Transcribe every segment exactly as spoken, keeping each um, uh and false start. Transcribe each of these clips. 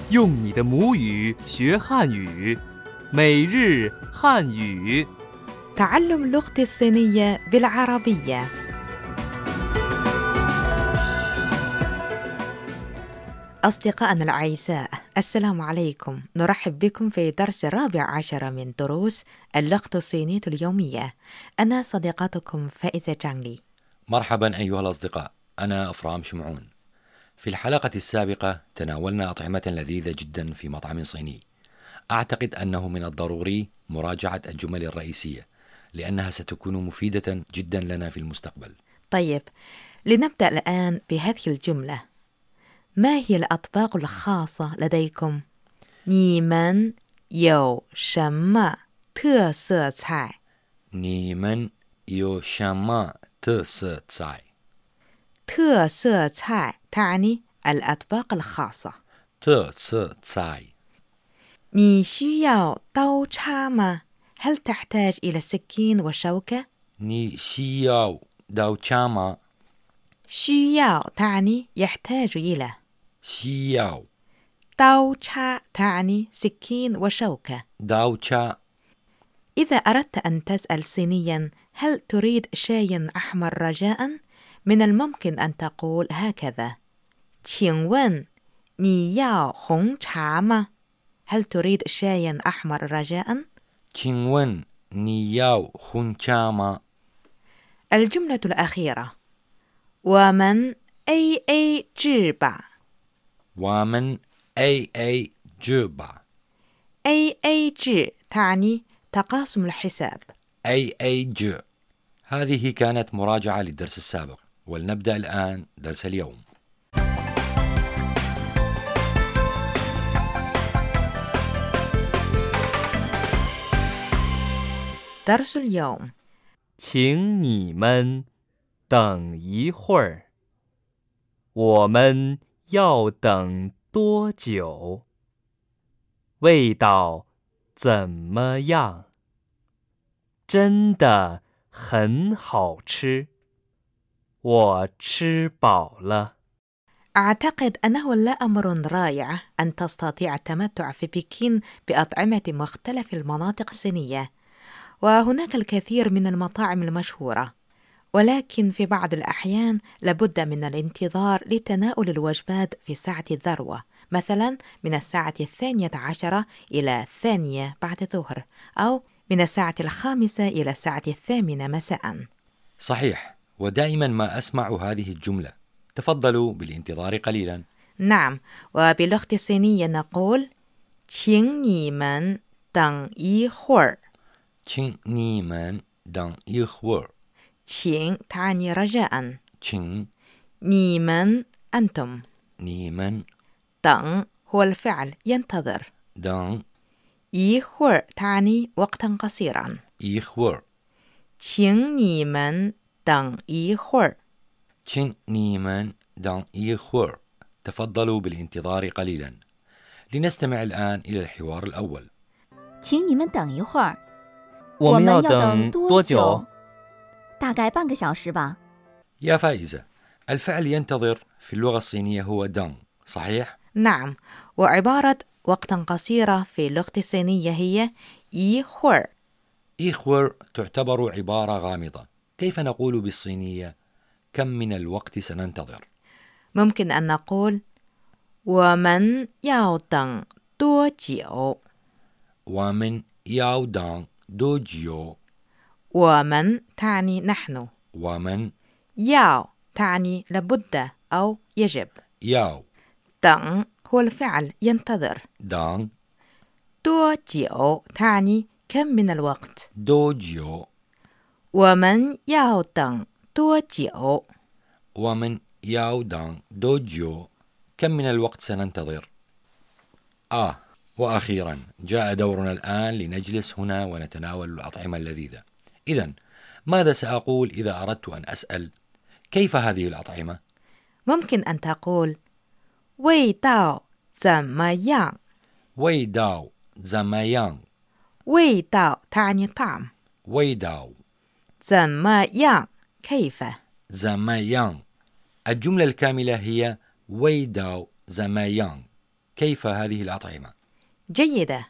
用你的母语学汉语，每日汉语。 تعلم اللغة الصينية بالعربية. أصدقائنا الأعزاء، السلام عليكم. نرحب بكم في درس الرابع عشر من دروس اللغة الصينية اليومية. أنا صديقتكم فائزة جانلي. مرحبا أيها الأصدقاء، أنا أفرام شمعون. في الحلقة السابقة تناولنا أطعمة لذيذة جدا في مطعم صيني. أعتقد أنه من الضروري مراجعة الجمل الرئيسية لأنها ستكون مفيدة جدا لنا في المستقبل. طيب، لنبدأ الآن بهذه الجملة. ما هي الأطباق الخاصة لديكم؟ 你们有什么特色菜？ 你们有什么特色菜？ 特色菜 تعني الأطباق الخاصة. 特色菜你需要刀叉吗？ هل تحتاج إلى سكين وشوكة؟ 你需要刀叉吗？ 需要 تعني يحتاج إلى. 需要刀叉 تعني سكين وشوكة. 刀叉 إذا أردت أن تسأل صينيا هل تريد شاي أحمر رجاء؟ من الممكن أن تقول هكذا: 请问你要红茶吗？ هل تريد شاي أحمر رجاء؟ 请问你要红茶吗？ الجملة الأخيرة: 我们 A A 制吧。 我们 A A 制吧。 A A 制 تعني تقاسم الحساب. A A 制 هذه كانت مراجعة للدرس السابق، ولنبدأ الآن درس اليوم. درس اليوم: 请你们等一会儿。我们要等多久？味道怎么样？真的很好吃。我吃饱了。 أعتقد أنه لا أمر رائع أن تستطيع التمتع في بكين بأطعمة مختلف المناطق الصينية، وهناك الكثير من المطاعم المشهورة، ولكن في بعض الأحيان لابد من الانتظار لتناول الوجبات في ساعة الذروة، مثلا من الساعة الثانية عشرة إلى الثانية بعد الظهر، أو من الساعة الخامسة إلى الساعة الثامنة مساء. صحيح، ودائما ما أسمع هذه الجملة: تفضلوا بالانتظار قليلا. نعم، وباللغة الصينية نقول 请你们等一会儿。 请你们等一会儿。 请 تعني رجاء. 请你们 أنتم. 你们等 هو الفعل ينتظر. 等一会儿 تعني وقتا قصيرا. 一会儿。 请你们等一会儿。 请你们等一会儿。 تفضلوا بالانتظار قليلا. لنستمع الآن إلى الحوار الأول. 请你们等一会儿。 我们要等多久？ 大概半个小时吧。 يا فائزة، الفعل ينتظر في اللغة الصينية هو دang، صحيح؟ نعم، وعبارة وقتا قصيرة في اللغة الصينية هي 一会儿. 一会儿 تعتبر عبارة غامضة. كيف نقول بالصينية كم من الوقت سننتظر؟ ممكن أن نقول 我们要等多久。 我们要等多久？ 我们 تعني نحن. 我们 ياو تعني لابد أو يجب. 要等 هو الفعل ينتظر. 等多久 تعني كم من الوقت. 多久？ 我们要等多久。 我们要等多久？ كم من الوقت سننتظر؟ آه وأخيرا جاء دورنا الآن لنجلس هنا ونتناول الأطعمة اللذيذة. إذن ماذا سأقول إذا أردت أن أسأل كيف هذه الأطعمة؟ ممكن أن تقول 味道怎么样。 味道怎么样？ 味道 تعني طعم. 味道怎么样 كيف. 怎么样 الجملة الكاملة هي 味道怎么样 كيف هذه الأطعمة؟ جيدة.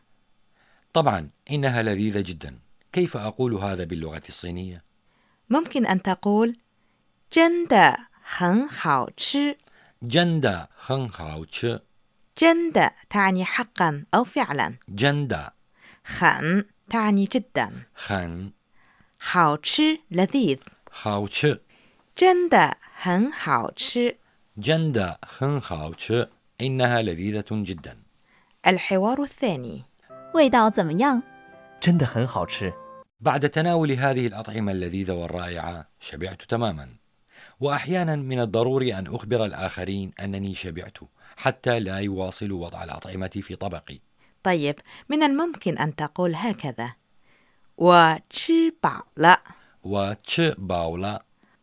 طبعا إنها لذيذة جدا. كيف أقول هذا باللغة الصينية؟ ممكن أن تقول 真的很好吃. جندا هن هاو تش. 真的 تعني حقا أو فعلا. جندا 很 تعني جدا. هن 好吃 لذيذ. هاو تش. 真的很好吃. جندا هن هاو تش. إنها لذيذة جدا. الحوار الثاني. 味道怎么样？ 真的很好吃。 بعد تناول هذه الأطعمة اللذيذة والرائعة شبعت تماما، وأحيانا من الضروري أن أخبر الآخرين أنني شبعت حتى لا يواصلوا وضع الأطعمة في طبقي. طيب، من الممكن أن تقول هكذا: 我吃饱了. وتش باولا.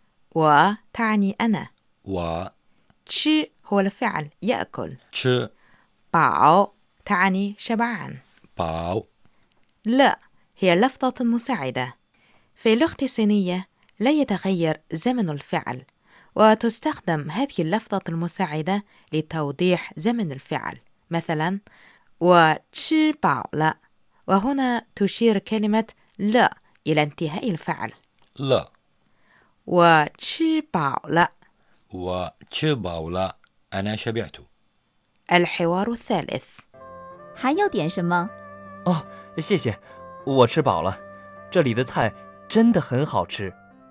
و تعني أنا. و تش هو الفعل يأكل. تش باو تعني شبعان. باو. لا هي لفظة مساعدة. في اللغة الصينية لا يتغير زمن الفعل، وتستخدم هذه اللفظة المساعدة لتوضيح زمن الفعل. مثلا 我吃饱了، وهنا تشير كلمة لا إلى انتهاء الفعل. لا. 我吃饱了. وتش باولا أنا شبعت. الحوار الثالث. 还要点什么？ 哦，谢谢，我吃饱了。这里的菜真的很好吃。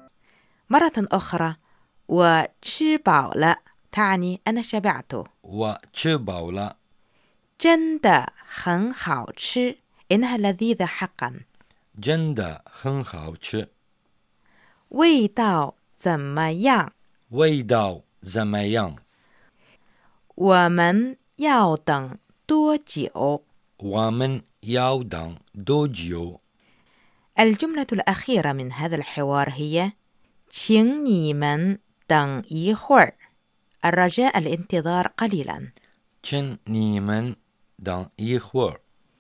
مرة أخرى 我吃饱了 تعني أنا شبعت. وتش باولا. 真的很好吃 إنها لذيذة حقا. جندا هن هاو تش. 味道怎么样 ويداو زميان. 我们要等多久 ومن ياو دان دوجيو. الجملة الأخيرة من هذا الحوار هي 请你们等一会儿. الرجاء الانتظار قليلا. تشن نيمن دان إيخور.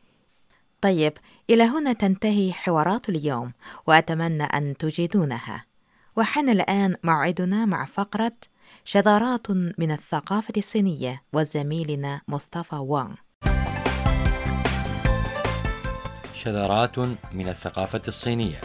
طيب، إلى هنا تنتهي حوارات اليوم، وأتمنى أن تجيدونها. وحان الآن موعدنا مع فقرة شذرات من الثقافة الصينية وزميلنا مصطفى وان. شذرات من الثقافة الصينية.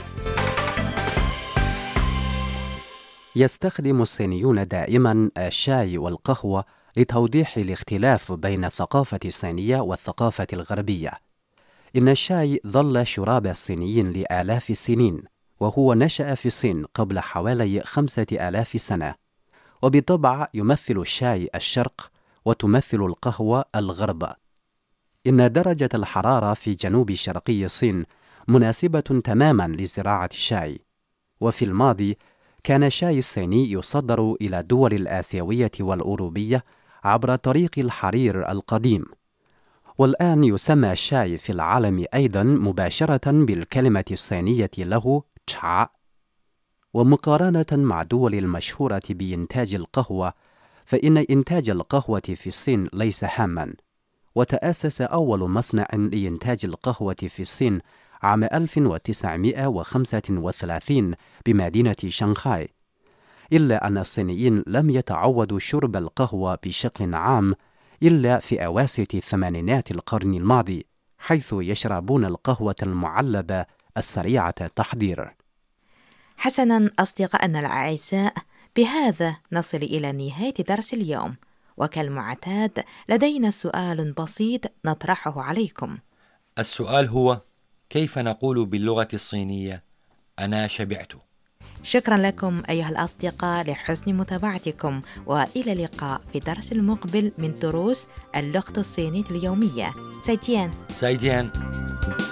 يستخدم الصينيون دائما الشاي والقهوة لتوضيح الاختلاف بين الثقافة الصينية والثقافة الغربية. إن الشاي ظل شراب الصينيين لآلاف السنين، وهو نشأ في الصين قبل حوالي خمسة آلاف سنة، وبالطبع يمثل الشاي الشرق وتمثل القهوة الغرب. إن درجة الحرارة في جنوب شرقي الصين مناسبة تماما لزراعة الشاي، وفي الماضي كان الشاي الصيني يصدر إلى الدول الآسيوية والأوروبية عبر طريق الحرير القديم، والآن يسمى الشاي في العالم أيضا مباشرة بالكلمة الصينية له تشا. ومقارنة مع الدول المشهورة بإنتاج القهوة، فإن إنتاج القهوة في الصين ليس هاما، وتأسس أول مصنع لإنتاج القهوة في الصين عام ألف وتسعمائة وخمسة وثلاثين بمدينة شنغهاي، إلا أن الصينيين لم يتعودوا شرب القهوة بشكل عام إلا في أواسط ثمانينات القرن الماضي، حيث يشربون القهوة المعلبة السريعة التحضير. حسنا أصدقائنا الأعزاء، بهذا نصل إلى نهاية درس اليوم، وكالمعتاد لدينا سؤال بسيط نطرحه عليكم. السؤال هو: كيف نقول باللغة الصينية أنا شبعت؟ شكرا لكم أيها الأصدقاء لحسن متابعتكم، وإلى اللقاء في درس المقبل من دروس اللغة الصينية اليومية. 再见. 再见.